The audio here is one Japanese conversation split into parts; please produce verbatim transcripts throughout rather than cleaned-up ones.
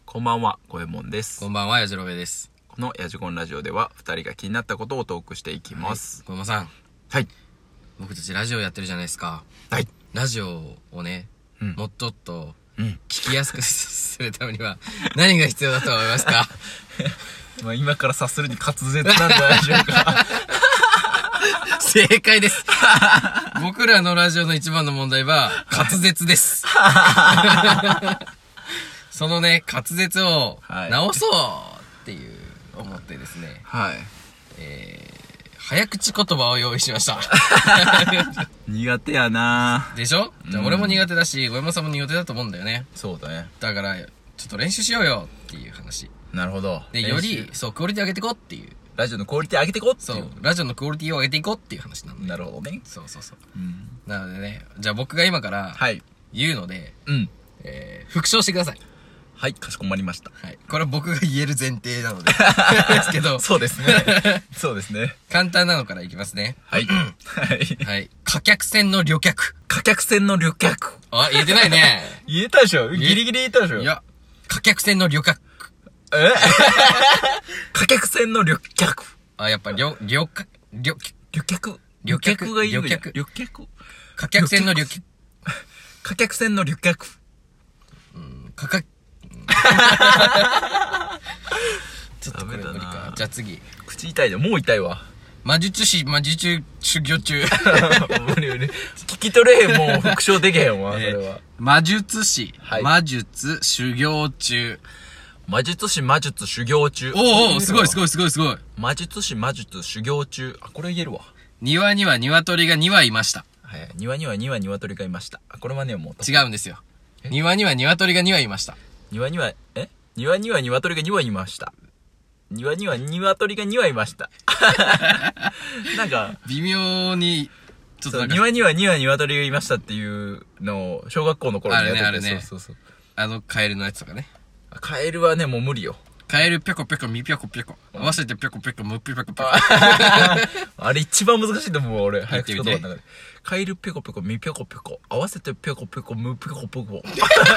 こんばんは、こえもんです。 こんばんは、やじろべです。 このやじこんラジオではふたりが気になったことをトークしていきます。 こえもんさん。 はい。 僕たちラジオやってるじゃないですか。 はい。 ラジオをね、 うん、 もっとっとうん、 聞きやすくするためには何が必要だと思いますか？ まあ今から察するに滑舌なんじゃないでしょうか。 正解です。僕らのラジオの一番の問題は滑舌です。そのね、滑舌を直そうっていう思ってですね。 はい。 えー、早口言葉を用意しました。 苦手やなでしょ？じゃあ俺も苦手だし、ごえもさんも苦手だと思うんだよね。 そうだね。 だから、ちょっと練習しようよっていう話。 なるほど。 で、より、そう、クオリティ上げていこうっていう。 ラジオのクオリティ上げていこうっていう。 そう、ラジオのクオリティを上げていこうっていう話なんで。 なるほどね。 そうそうそう。 うん、 なのでね、じゃあ僕が今から言うので、 うん。 えー、復唱してください。 はい、かしこまりました。 はい。これは僕が言える前提なので。ですけど。 そうですね。そうですね。 簡単なのからいきますね。 はい。はい。 はい。貨客船の旅客。 貨客船の旅客。 あ、言えてないね。 言えたでしょ？ギリギリ言えたでしょ？ いや、貨客船の旅客。 え貨客船の旅客。 あ、やっぱ、旅、旅客、旅、 旅客。 旅客がいいよ。 旅客。 旅客。 貨客船の旅客。 貨客船の旅客。 うん、価格、ちょっとこれ無理か。じゃあ次。 口痛いで、もう痛いわ。 魔術師、魔術修行中。 無理無理。聞き取れへん、もう復唱できへんわ、それは。 魔術師、 はい、 魔術修行中。 魔術師、魔術修行中。 おお、すごいすごいすごいすごい。 魔術師、魔術修行中。あ、これ言えるわ。 庭には鶏がに羽いました。 はい。庭にはに羽鶏がいました。あ、これはね、もう。 違うんですよ。庭には鶏がに羽いました。 庭には、え庭には鶏がに羽いました。庭には鶏がに羽いました。なんか、 微妙に、 ちょっと庭にはに羽鶏がいましたっていうのを、小学校の頃にやってて。 あるね、あるね。 そうそうそう。 あの、カエルのやつとかね。 カエルはね、もう無理よ。 カエルぴょこぴょこ、みぴょこぴょこ。合わせてぴょこぴょこ、むぴょこぴょこ。 あれ一番難しいと思う、俺。早口言葉の中で。カエルぴょこぴょこ、みぴょこぴょこ。合わせてぴょこぴょこ、むぴょこぴょこ。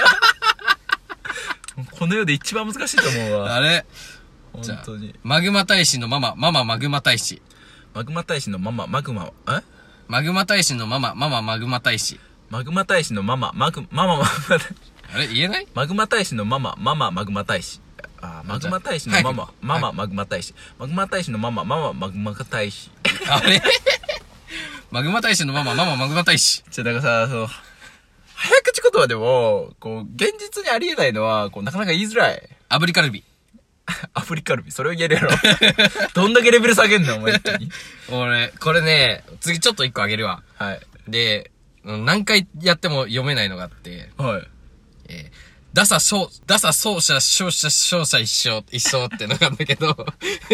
この世で一番難しいと思うわ。 あれ本当に。 マグマ大使のママ、マママグマ大使。 マグマ大使のママ、マグマ、えマグマ大使のママ、マママグマ大使。 マグマ大使のママ、マグ、マママグマ大使。 あれ言えない？ マグマ大使のママ、マママグマ大使。あ、マグマ大使のママ、マママグマ大使。マグマ大使のママ、マママグマ大使。 あれマグマ大使のママ、マママグマ大使。 じゃ、だからさ、そう、早口言葉でも、こう、現実にありえないのは、こう、なかなか言いづらい。 炙りカルビ。 炙りカルビ、それを言えるやろ。どんだけレベル下げんのお前一気に。 俺、これね、次ちょっと一個あげるわ。 はい。 で、何回やっても読めないのがあって。 はい。 えー、ダサ、そう、ダサ、奏者、勝者、勝者一緒、一緒ってのがあるんだけど。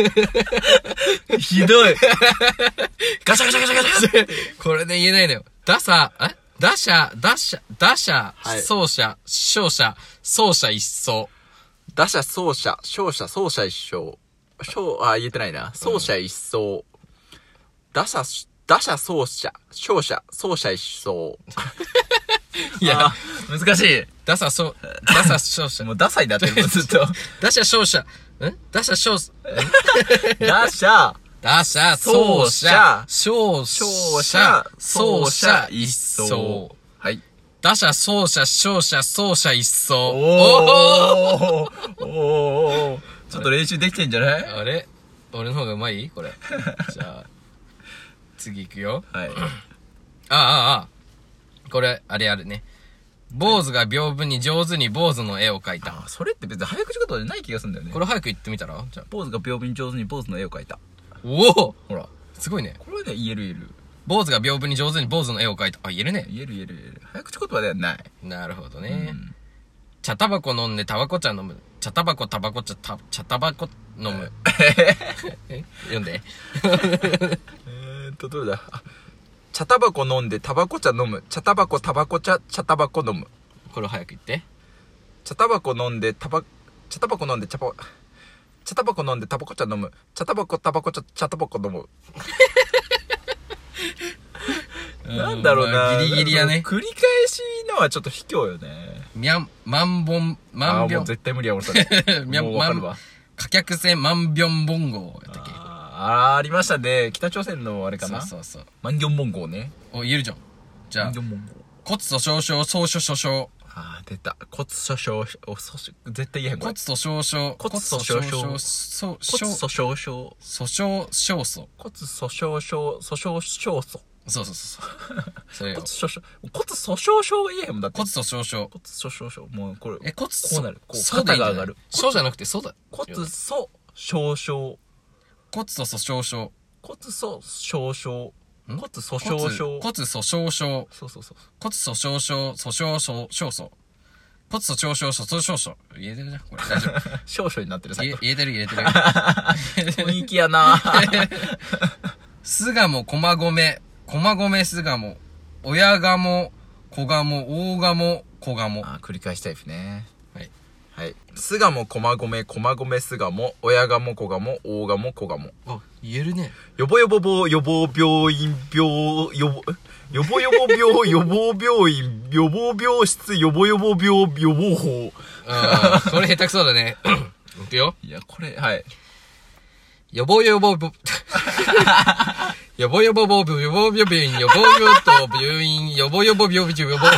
ひどい。ガシャガシャガシャガシャ。 これね、言えないのよ。ダサ、え打者、打者、打者、奏者、勝者、奏者一掃。 打者、奏者、勝者、奏者一掃。勝、あ、言えてないな。奏者一掃。打者、打者、奏者、勝者、奏者一掃。 いや、 難しい。 打者、そう、打者、勝者。 もうダサいだってる、ずっと。 打者、勝者、ん打者、勝者、 打者、 打者、奏者、勝者、奏者一掃。 はい。 打者、奏者、勝者、奏者一掃。 おーおーちょっと練習できてんじゃない？ あれ俺の方がうまいこれ。じゃあ、次行くよ。 はい。 ああ、ああ。これ、あれあるね。坊主が屏風に上手に坊主の絵を描いた。 あ、それって別に早口言葉じゃない気がするんだよね。 これ早く言ってみたら？じゃあ。 坊主が屏風に上手に坊主の絵を描いた。 おおほら。 すごいね。 これね、言える言える。 坊主が屏風に上手に坊主の絵を描いた。あ、言えるね。 言える言える言える。早口言葉ではない。 なるほどね。うん、茶タバコ飲んでタバコ茶飲む。茶タバコタバコ茶、た茶タバコ飲む。え読んで。 えーっと、どうだ。茶タバコ飲んでタバコ茶飲む。茶タバコタバコ茶、茶タバコ飲む。 これ早く言って。 茶タバコ飲んでタバ、茶タバコ飲んで茶バ、茶タバコ飲んでタバコ茶飲む。茶タバコタバコ茶、茶タバコ飲む。なんだろうな、 ギリギリやね。 繰り返しのはちょっと卑怯よね。 みゃん、万本、万あーもう病。 絶対無理や、俺それ。 みゃん、 もうわかるわ。 貨客船万病本号やったっけ。 あー、ありましたね。北朝鮮のあれかな。 そうそうそう。 万行文号ね。 お、言えるじゃん。じゃあ万、行文号。 骨粗鬆症、総書所症。 あー、出た。骨粗鬆症、お、そし、絶対言えへん、これ骨。粗鬆症。 骨粗鬆症そう、 骨粗鬆症。 粗鬆症素。 骨粗鬆症、粗鬆症素。 そうそうそうそう。それよ骨。粗鬆、骨粗鬆症が言えへんもんだって。 骨粗鬆症。 骨粗鬆症。もう、これ。 え、骨こうなる。こう、 そうでいいんじゃない肩が上がる。 そうじゃなくて、そうだ。 骨粗鬆症。 骨粗鬆症。 骨粗鬆症。 ん骨粗鬆症。 骨粗鬆症。 そうそうそう。 骨粗鬆症、粗鬆症、症素。骨粗鬆症、粗鬆症素。言えてるじゃんこれ。大丈夫。 少々になってる、最後。 言え言えてる言えてる。 雰囲気やな巣鴨、駒込、駒込巣鴨、親鴨、子鴨、大鴨、子鴨。 あー、繰り返しタイプね。 はい。 はい。巣鴨、駒込、駒込巣鴨、親鴨、子鴨、大鴨、子鴨。 あ、言えるね。 よぼよぼぼ、予防病院、病、よぼ、よぼよぼ病、予防病院、予防病室、よぼよぼ病、予防法。 ああ、これ下手くそだね。いくよ。 いや、これ、はい。 予防予防ぼ、予防予防ぼ、予防予防病院、予防病と病院、予防予防病院、予防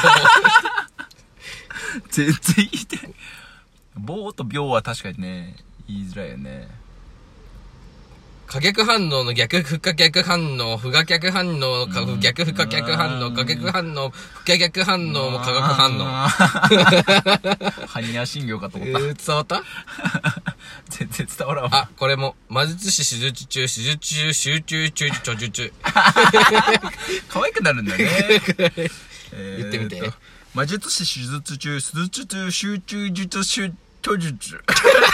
全然言いてない。棒と病は確かにね、言いづらいよね。 可逆反応の逆不可逆反応、不可逆反応、か逆不可逆反応、可逆反応、不可逆反応も化学反応。 応。ハニヤ診療かとえ思った。 ー、伝わった全然伝わらんわ。 あ、これも、魔術師手術中、手術中、集中中、著術。 可愛くなるんだね。 言ってみてえーと魔術師手術中、手術中、集中術、集、著術。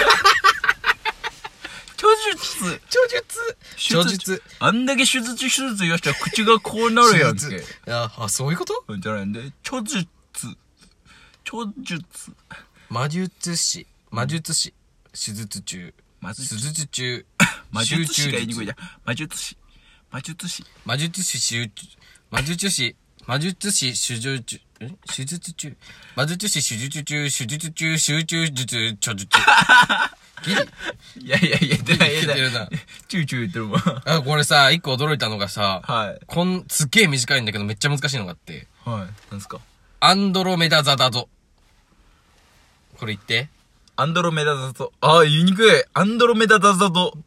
著術。 著術。著術。 あんだけ手術手術よしたら口がこうなるやんけ。 あ、あ、そういうことじゃないんで、著術。著術。 魔術師、魔術師、手術中、 魔手術中、 魔術師が言いにくい集中じゃん。魔術師。魔術師。 魔術師集中、魔術師、魔術師手術中、え手術中魔術師手術中、手術中、集中術、著術。ギリいやいや、言えてない、言えてない。 言ってるな。 チューチュー言ってるもん。 あ、これさ、一個驚いたのがさ、 はい。 こん、すっげえ短いんだけどめっちゃ難しいのがあって、 はい。なんすかアンドロメダ座だぞ。これ言って。 アンドロメダ座と。ああ、言いにくい。アンドロメダ座だと。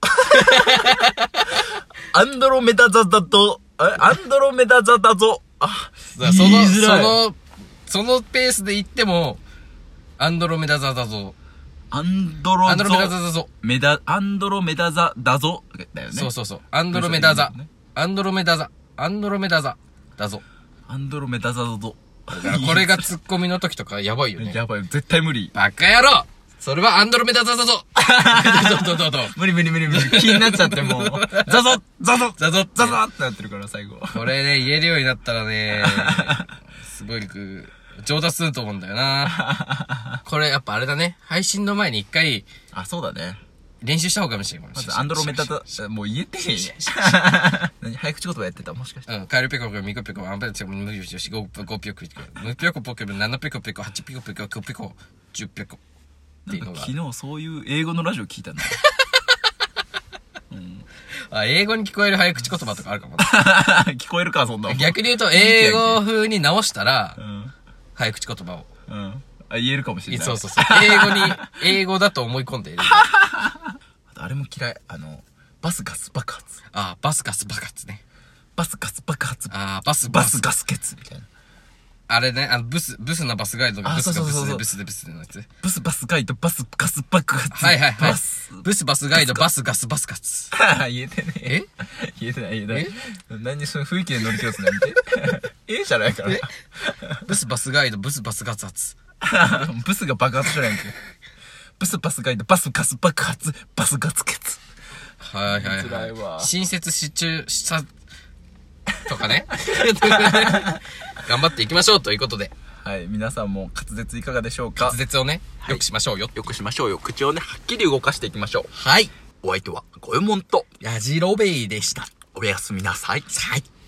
アンドロメダ座だと。アンドロメダ座だぞ。あ、 その、 言いづらいその、そのペースで言っても、アンドロメダ座だぞ。 アンドロアンドロメダ座座だぞ。 メダ、アンドロメダ座だぞ。だよね。 そうそうそう。アンドロメダ座ね。 アンドロメダ座。アンドロメダ座。だぞ。 アンドロメダ座だぞ。 だからこれがツッコミの時とかやばいよね。 やばい、絶対無理。 バカ野郎それはアンドロメダ座だぞどうぞどうぞ無理無理無理無理。気になっちゃってもう。ザゾザゾザゾザゾってなってるから最後。 これね、言えるようになったらね、すごいく、上達すると思うんだよな。これやっぱあれだね。配信の前に一回あ、そうだね。 練習した方がいいかもしれない。 まずアンドロメダ座、もう言えてへんやん。何早口言葉やってたもしかして。 うん、カエルペコペコ、ミコペコ、アンペコ、ムユシシ、ゴゴピョコピコ、ムピョコポケベ、ナノペコペコ、ハチピコペコ、コピコ、ジュピコ。っていうのが。 昨日そういう英語のラジオ聞いたんだよ。 あ、英語に聞こえる早口言葉とかあるかもね。 聞こえるか、そんなもん。 逆に言うと、英語風に直したらう、ん。 早口言葉を。 うん。あ、言えるかもしれない。 そうそうそう。英語に、英語だと思い込んでいる。 あとあれも嫌い。あの、バスガス爆発。 あ、バスガス爆発ね。 バスガス爆発。 あ、バス、 バスガスケツみたいな。 あれね、あの、ブス、ブスなバスガイドがあブスがブスでそうそうそうそうブスでブスでのやつ。 ブスバスガイド、バスガス爆発。 はいはいはいバス。 ブスバスガイド、バスガスバスガス。 言えてねえ。 え言えてない言えてない。何その雰囲気で乗り切ろうすんのやめて。ええじゃないから。 ブスバスガイド、ブスバスガツ発。 ブスが爆発じゃないんけ。ブスバスガイド、バスガス爆発、バスガスケツ。 はいはい辛いわはい。新設支柱した、とかね。頑張っていきましょうということで、 はい、皆さんも滑舌いかがでしょうか。 滑舌をね、 はいよくしましょうよ。 よくしましょうよ。口をね、はっきり動かしていきましょう。 はい。 お相手は、ごえもんと、 やじろべいでした。 おやすみなさい。 はい。